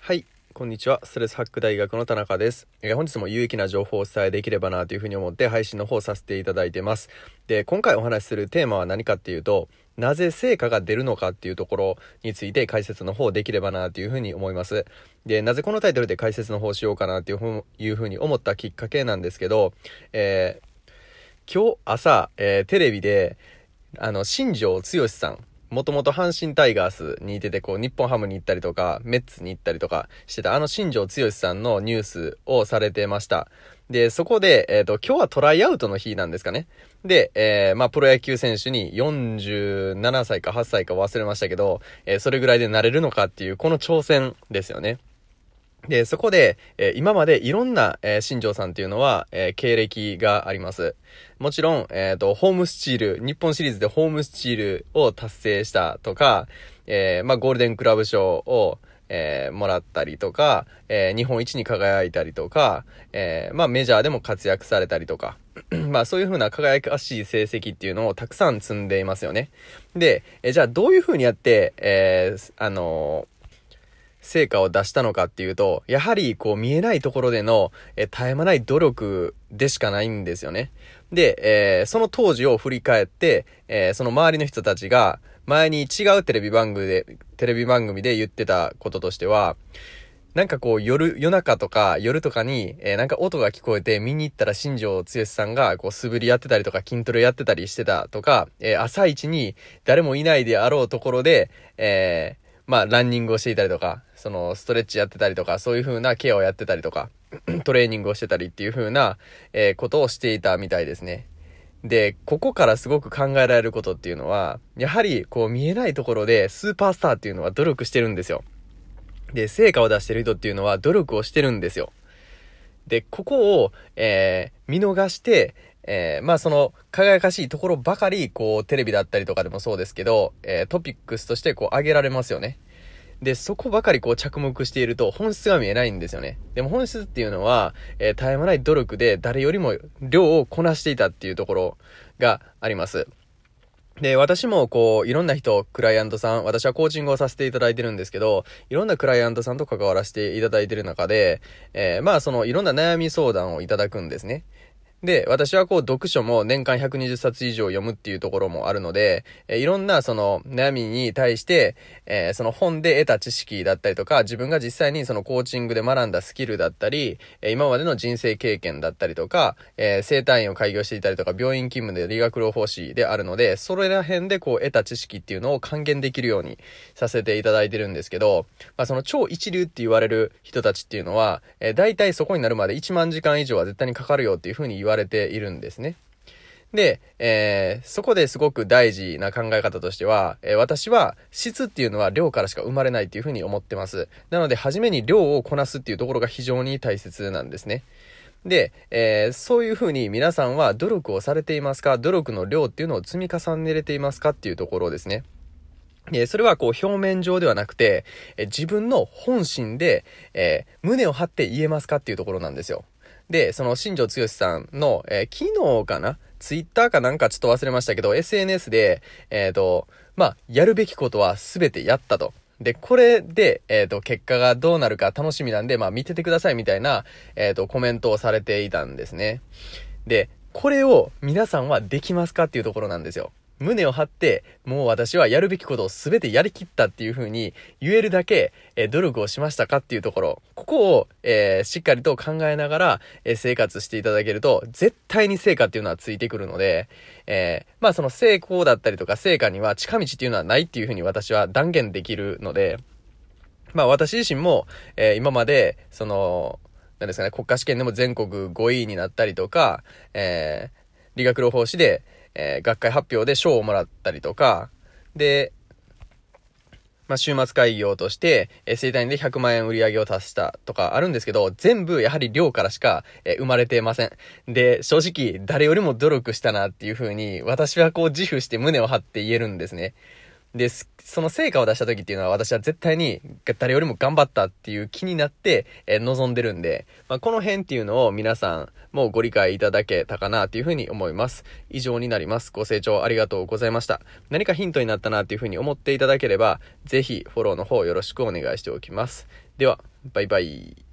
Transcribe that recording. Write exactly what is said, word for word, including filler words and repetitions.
はい、こんにちは。ストレスハック大学の田中です。えー本日も有益な情報をお伝えできればなというふうに思って配信の方させていただいてます。で、今回お話しするテーマは何かっていうと、なぜ成果が出るのかっていうところについて解説の方できればなというふうに思います。で、なぜこのタイトルで解説の方しようかなというふういうふうに思ったきっかけなんですけど、えー今日朝、えーテレビで、あの、新庄剛志さん、もともと阪神タイガースにいてて、こう、日本ハムに行ったりとか、メッツに行ったりとかしてた、あの新庄剛志さんのニュースをされてました。で、そこで、えっと、今日はトライアウトの日なんですかね。で、えー、まあ、プロ野球選手によんじゅうななさいかはっさいか忘れましたけど、えー、それぐらいでなれるのかっていう、この挑戦ですよね。で、そこで、えー今までいろんな、えー新庄さんっていうのは、えー経歴があります。もちろん、えっと、ホームスチール、日本シリーズでホームスチールを達成したとか、えーまあ、ゴールデンクラブ賞を、えーもらったりとか、えー日本一に輝いたりとか、えーまあ、メジャーでも活躍されたりとか、まあ、そういう風な輝かしい成績っていうのをたくさん積んでいますよね。で、えーじゃあどういう風にやって、えーあのー成果を出したのかっていうと、やはりこう見えないところでの、え絶え間ない努力でしかないんですよね。で、えーその当時を振り返って、えーその周りの人たちが前に違うテレビ番組で、テレビ番組で言ってたこととしては、なんかこう夜、夜中とか夜とかに、えーなんか音が聞こえて見に行ったら新庄剛志さんがこう素振りやってたりとか筋トレやってたりしてたとか、えー朝一に誰もいないであろうところで、えーまあランニングをしていたりとか、そのストレッチやってたりとか、そういう風なケアをやってたりとか、トレーニングをしてたりっていう風な、えーことをしていたみたいですね。で、ここからすごく考えられることっていうのは、やはりこう見えないところでスーパースターっていうのは努力してるんですよ。で、成果を出してる人っていうのは努力をしてるんですよ。で、ここを、えー見逃して、えーまあその輝かしいところばかり、こうテレビだったりとかでもそうですけど、えートピックスとしてこう上げられますよね。で、そこばかりこう着目していると本質が見えないんですよね。でも本質っていうのは、えー絶え間ない努力で誰よりも量をこなしていたっていうところがあります。で、私もこう、いろんな人、クライアントさん、私はコーチングをさせていただいてるんですけど、いろんなクライアントさんと関わらせていただいてる中で、えーまあそのいろんな悩み相談をいただくんですね。で、私はこう読書も年間ひゃくにじゅっさつ以上読むっていうところもあるので、えーいろんなその悩みに対して、えーその本で得た知識だったりとか、自分が実際にそのコーチングで学んだスキルだったり、えー今までの人生経験だったりとか、えー整体院を開業していたりとか、病院勤務で理学療法士であるので、それら辺でこう得た知識っていうのを還元できるようにさせていただいてるんですけど、まあその超一流って言われる人たちっていうのは、えー、大体そこになるまでいちまんじかん以上は絶対にかかるよっていう風に言われているんですね。で、えーそこですごく大事な考え方としては、えー私は質っていうのは量からしか生まれないっていう風に思ってます。なので、初めに量をこなすっていうところが非常に大切なんですね。で、えーそういう風に皆さんは努力をされていますか？努力の量っていうのを積み重ねれていますかっていうところですね。えーそれはこう表面上ではなくて、えー自分の本心で、えー胸を張って言えますかっていうところなんですよ。で、その新庄剛志さんの、えー昨日かなツイッターかなんかちょっと忘れましたけど、エスエヌエス で、えっと、まあ、やるべきことは全てやったと。で、これで、えっと、結果がどうなるか楽しみなんで、まあ、見ててくださいみたいな、えっと、コメントをされていたんですね。で、これを皆さんはできますかっていうところなんですよ。胸を張って、もう私はやるべきことを全てやりきったっていう風に言えるだけ、えー努力をしましたかっていうところ。ここを、えーしっかりと考えながら、えー生活していただけると、絶対に成果っていうのはついてくるので、えーまあその成功だったりとか成果には近道っていうのはないっていう風に私は断言できるので、まあ私自身も、えー今まで、その、なんですかね、国家試験でも全国ごいになったりとか、えー理学療法士で、えー学会発表で賞をもらったりとか、で、まあ、週末会業として、えー、生体院でひゃくまん円売り上げを達したとかあるんですけど、全部やはり量からしか、えー生まれてません。で、正直誰よりも努力したなっていう風に、私はこう自負して胸を張って言えるんですね。 で、その成果を出した時っていうのは私は絶対に誰よりも頑張ったっていう気になって、えー、望んでるんで、まあ、この辺っていうのを皆さんもご理解いただけたかなというふうに思います。以上になります。ご清聴ありがとうございました。何かヒントになったなというふうに思っていただければ、ぜひフォローの方よろしくお願いしておきます。では、バイバイ。